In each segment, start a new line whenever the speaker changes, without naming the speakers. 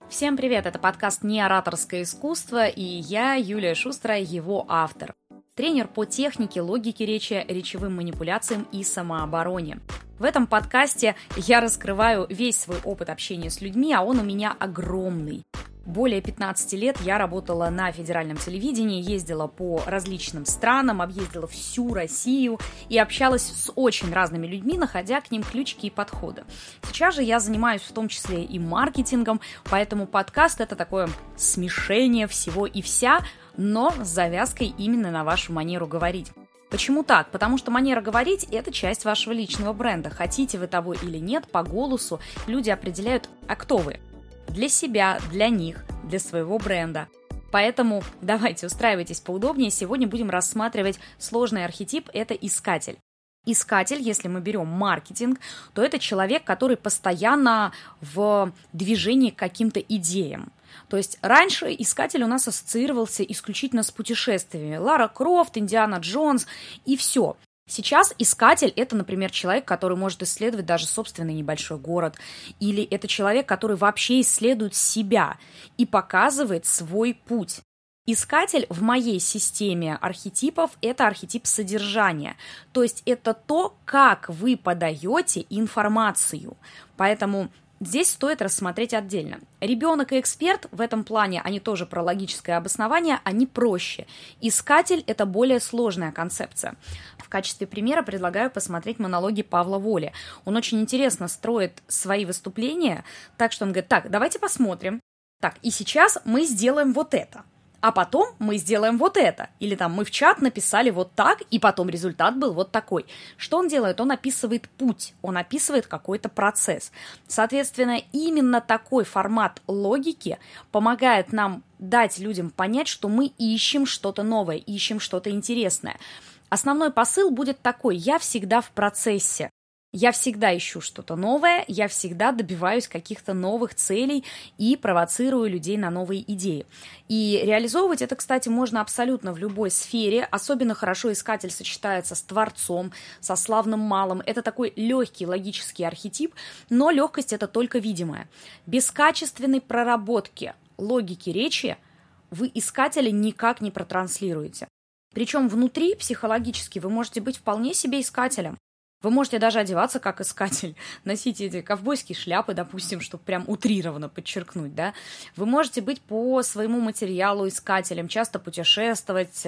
Всем привет, это подкаст «Неораторское искусство», и я, Юлия Шустрая, его автор. Тренер по технике, логике речи, речевым манипуляциям и самообороне. В этом подкасте я раскрываю весь свой опыт общения с людьми, а он у меня огромный. Более 15 лет я работала на федеральном телевидении, ездила по различным странам, объездила всю Россию и общалась с очень разными людьми, находя к ним ключики и подходы. Сейчас же я занимаюсь в том числе и маркетингом, поэтому подкаст – это такое смешение всего и вся, но с завязкой именно на вашу манеру говорить. Почему так? Потому что манера говорить – это часть вашего личного бренда. Хотите вы того или нет, по голосу люди определяют, а кто вы. Для себя, для них, для своего бренда. Поэтому давайте устраивайтесь поудобнее. Сегодня будем рассматривать сложный архетип – это искатель. Искатель, если мы берем маркетинг, то это человек, который постоянно в движении к каким-то идеям. То есть раньше искатель у нас ассоциировался исключительно с путешествиями. Лара Крофт, Индиана Джонс и все. Сейчас искатель – это, например, человек, который может исследовать даже собственный небольшой город. Или это человек, который вообще исследует себя и показывает свой путь. Искатель в моей системе архетипов – это архетип содержания. То есть это то, как вы подаете информацию. Поэтому здесь стоит рассмотреть отдельно. Ребенок и эксперт в этом плане, они тоже про логическое обоснование, они проще. Искатель – это более сложная концепция. В качестве примера предлагаю посмотреть монологи Павла Воли. Он очень интересно строит свои выступления, так что он говорит: так, давайте посмотрим. Так, и сейчас мы сделаем вот это. А потом мы сделаем вот это. Или там мы в чат написали вот так, и потом результат был вот такой. Что он делает? Он описывает путь, он описывает какой-то процесс. Соответственно, именно такой формат логики помогает нам дать людям понять, что мы ищем что-то новое, ищем что-то интересное. Основной посыл будет такой: я всегда в процессе. Я всегда ищу что-то новое, я всегда добиваюсь каких-то новых целей и провоцирую людей на новые идеи. И реализовывать это, кстати, можно абсолютно в любой сфере. Особенно хорошо искатель сочетается с творцом, со славным малым. Это такой легкий логический архетип, но легкость – это только видимая. Без качественной проработки логики речи вы искателя никак не протранслируете. Причем внутри, психологически, вы можете быть вполне себе искателем. Вы можете даже одеваться как искатель, носить эти ковбойские шляпы, допустим, чтобы прям утрированно подчеркнуть, да. Вы можете быть по своему материалу искателем, часто путешествовать,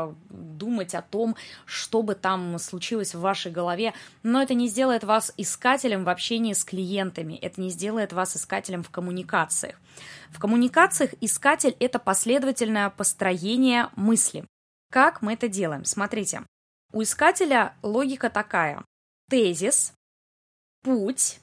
думать о том, что бы там случилось в вашей голове, но это не сделает вас искателем в общении с клиентами, это не сделает вас искателем в коммуникациях. В коммуникациях искатель – это последовательное построение мысли. Как мы это делаем? Смотрите, у искателя логика такая: тезис, путь,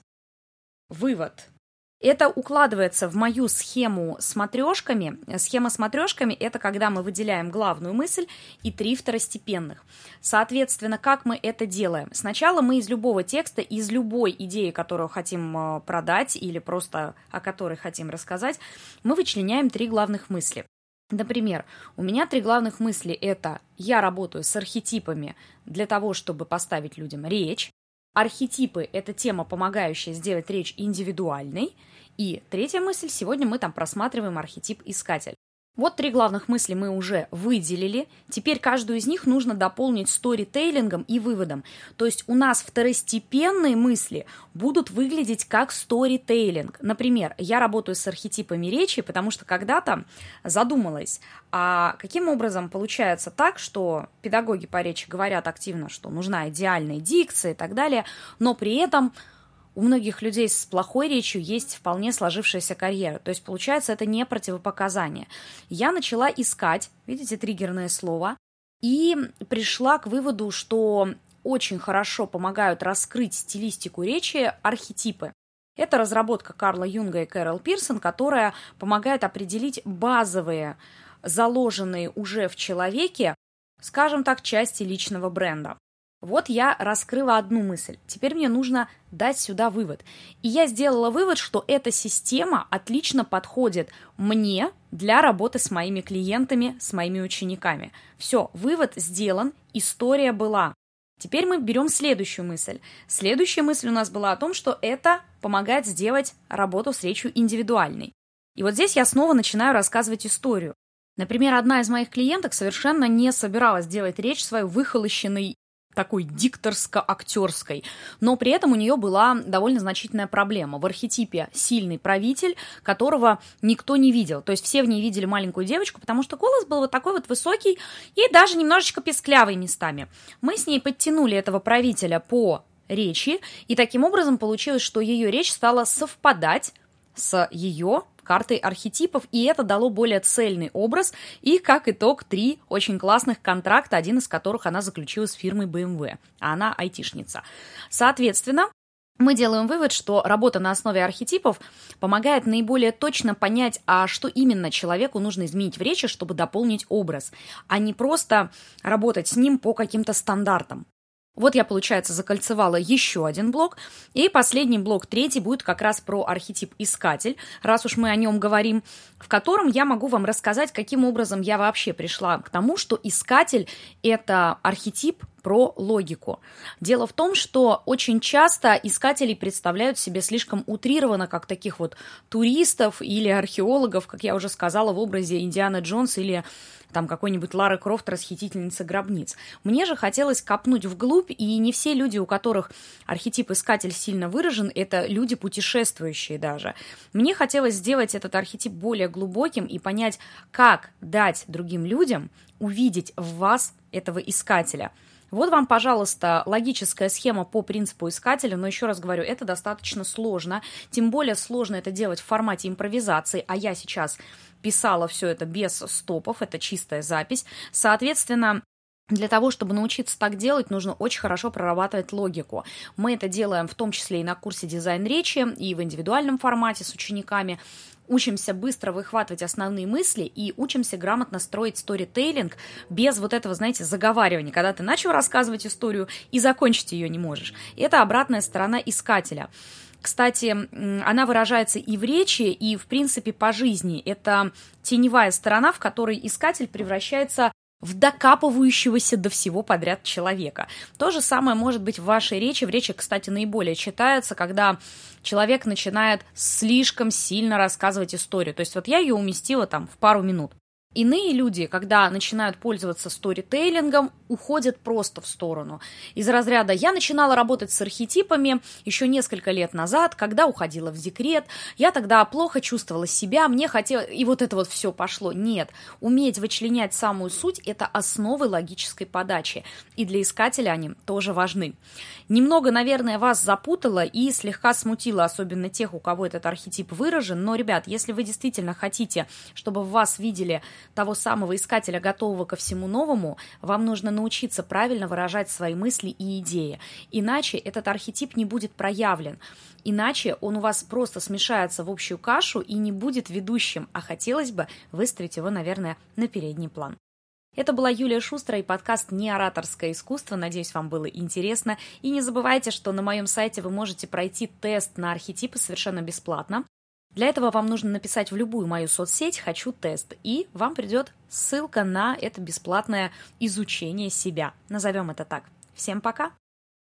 вывод. Это укладывается в мою схему с матрешками. Схема с матрешками – это когда мы выделяем главную мысль и 3 второстепенных. Соответственно, как мы это делаем? Сначала мы из любого текста, из любой идеи, которую хотим продать или просто о которой хотим рассказать, мы вычленяем 3 главных мысли. Например, у меня 3 главных мысли – это я работаю с архетипами для того, чтобы поставить людям речь. Архетипы – это тема, помогающая сделать речь индивидуальной. И 3-я мысль – сегодня мы там просматриваем архетип искатель. Вот 3 главных мысли мы уже выделили. Теперь каждую из них нужно дополнить сторитейлингом и выводом. То есть у нас второстепенные мысли будут выглядеть как сторитейлинг. Например, я работаю с архетипами речи, потому что когда-то задумалась, а каким образом получается так, что педагоги по речи говорят активно, что нужна идеальная дикция и так далее, но при этом у многих людей с плохой речью есть вполне сложившаяся карьера. То есть, получается, это не противопоказание. Я начала искать, видите, триггерное слово, и пришла к выводу, что очень хорошо помогают раскрыть стилистику речи архетипы. Это разработка Карла Юнга и Кэрол Пирсон, которая помогает определить базовые, заложенные уже в человеке, скажем так, части личного бренда. Вот я раскрыла одну мысль. Теперь мне нужно дать сюда вывод. И я сделала вывод, что эта система отлично подходит мне для работы с моими клиентами, с моими учениками. Все, вывод сделан, история была. Теперь мы берем следующую мысль. Следующая мысль у нас была о том, что это помогает сделать работу с речью индивидуальной. И вот здесь я снова начинаю рассказывать историю. Например, одна из моих клиенток совершенно не собиралась делать речь свою выхолощенной, такой дикторско-актерской, но при этом у нее была довольно значительная проблема. В архетипе сильный правитель, которого никто не видел. То есть все в ней видели маленькую девочку, потому что голос был вот такой вот высокий и даже немножечко писклявый местами. Мы с ней подтянули этого правителя по речи, и таким образом получилось, что ее речь стала совпадать с ее картой архетипов, и это дало более цельный образ, и, как итог, 3 очень классных контракта, один из которых она заключила с фирмой BMW, а она айтишница. Соответственно, мы делаем вывод, что работа на основе архетипов помогает наиболее точно понять, а что именно человеку нужно изменить в речи, чтобы дополнить образ, а не просто работать с ним по каким-то стандартам. Вот я, получается, закольцевала еще один блок, и последний блок, 3, будет как раз про архетип искатель, раз уж мы о нем говорим, в котором я могу вам рассказать, каким образом я вообще пришла к тому, что искатель – это архетип про логику. Дело в том, что очень часто искатели представляют себе слишком утрированно, как таких вот туристов или археологов, как я уже сказала, в образе Индианы Джонс или там какой-нибудь Лары Крофт, расхитительницы гробниц. Мне же хотелось копнуть вглубь, и не все люди, у которых архетип искатель сильно выражен, это люди путешествующие даже. Мне хотелось сделать этот архетип более глубоким и понять, как дать другим людям увидеть в вас этого искателя. Вот вам, пожалуйста, логическая схема по принципу искателя, но еще раз говорю, это достаточно сложно, тем более сложно это делать в формате импровизации, а я сейчас писала все это без стопов, это чистая запись. Соответственно, для того, чтобы научиться так делать, нужно очень хорошо прорабатывать логику. Мы это делаем в том числе и на курсе «Дизайн речи», и в индивидуальном формате с учениками. Учимся быстро выхватывать основные мысли и учимся грамотно строить сторителлинг без вот этого, знаете, заговаривания, когда ты начал рассказывать историю и закончить ее не можешь. Это обратная сторона искателя. Кстати, она выражается и в речи, и, в принципе, по жизни. Это теневая сторона, в которой искатель превращается в докапывающегося до всего подряд человека. То же самое может быть в вашей речи. В речи, кстати, наиболее читается, когда человек начинает слишком сильно рассказывать историю. То есть вот я ее уместила там в пару минут. Иные люди, когда начинают пользоваться сторителлингом, уходят просто в сторону. Из разряда «я начинала работать с архетипами еще несколько лет назад, когда уходила в декрет, я тогда плохо чувствовала себя, мне хотелось...» И вот это вот все пошло. Нет, уметь вычленять самую суть – это основы логической подачи. И для искателя они тоже важны. Немного, наверное, вас запутало и слегка смутило, особенно тех, у кого этот архетип выражен. Но, ребят, если вы действительно хотите, чтобы в вас видели того самого искателя, готового ко всему новому, вам нужно научиться правильно выражать свои мысли и идеи. Иначе этот архетип не будет проявлен. Иначе он у вас просто смешается в общую кашу и не будет ведущим, а хотелось бы выставить его, наверное, на передний план. Это была Юлия Шустрая и подкаст «Неораторское искусство». Надеюсь, вам было интересно. И не забывайте, что на моем сайте вы можете пройти тест на архетипы совершенно бесплатно. Для этого вам нужно написать в любую мою соцсеть «Хочу тест», и вам придет ссылка на это бесплатное изучение себя. Назовем это так. Всем пока!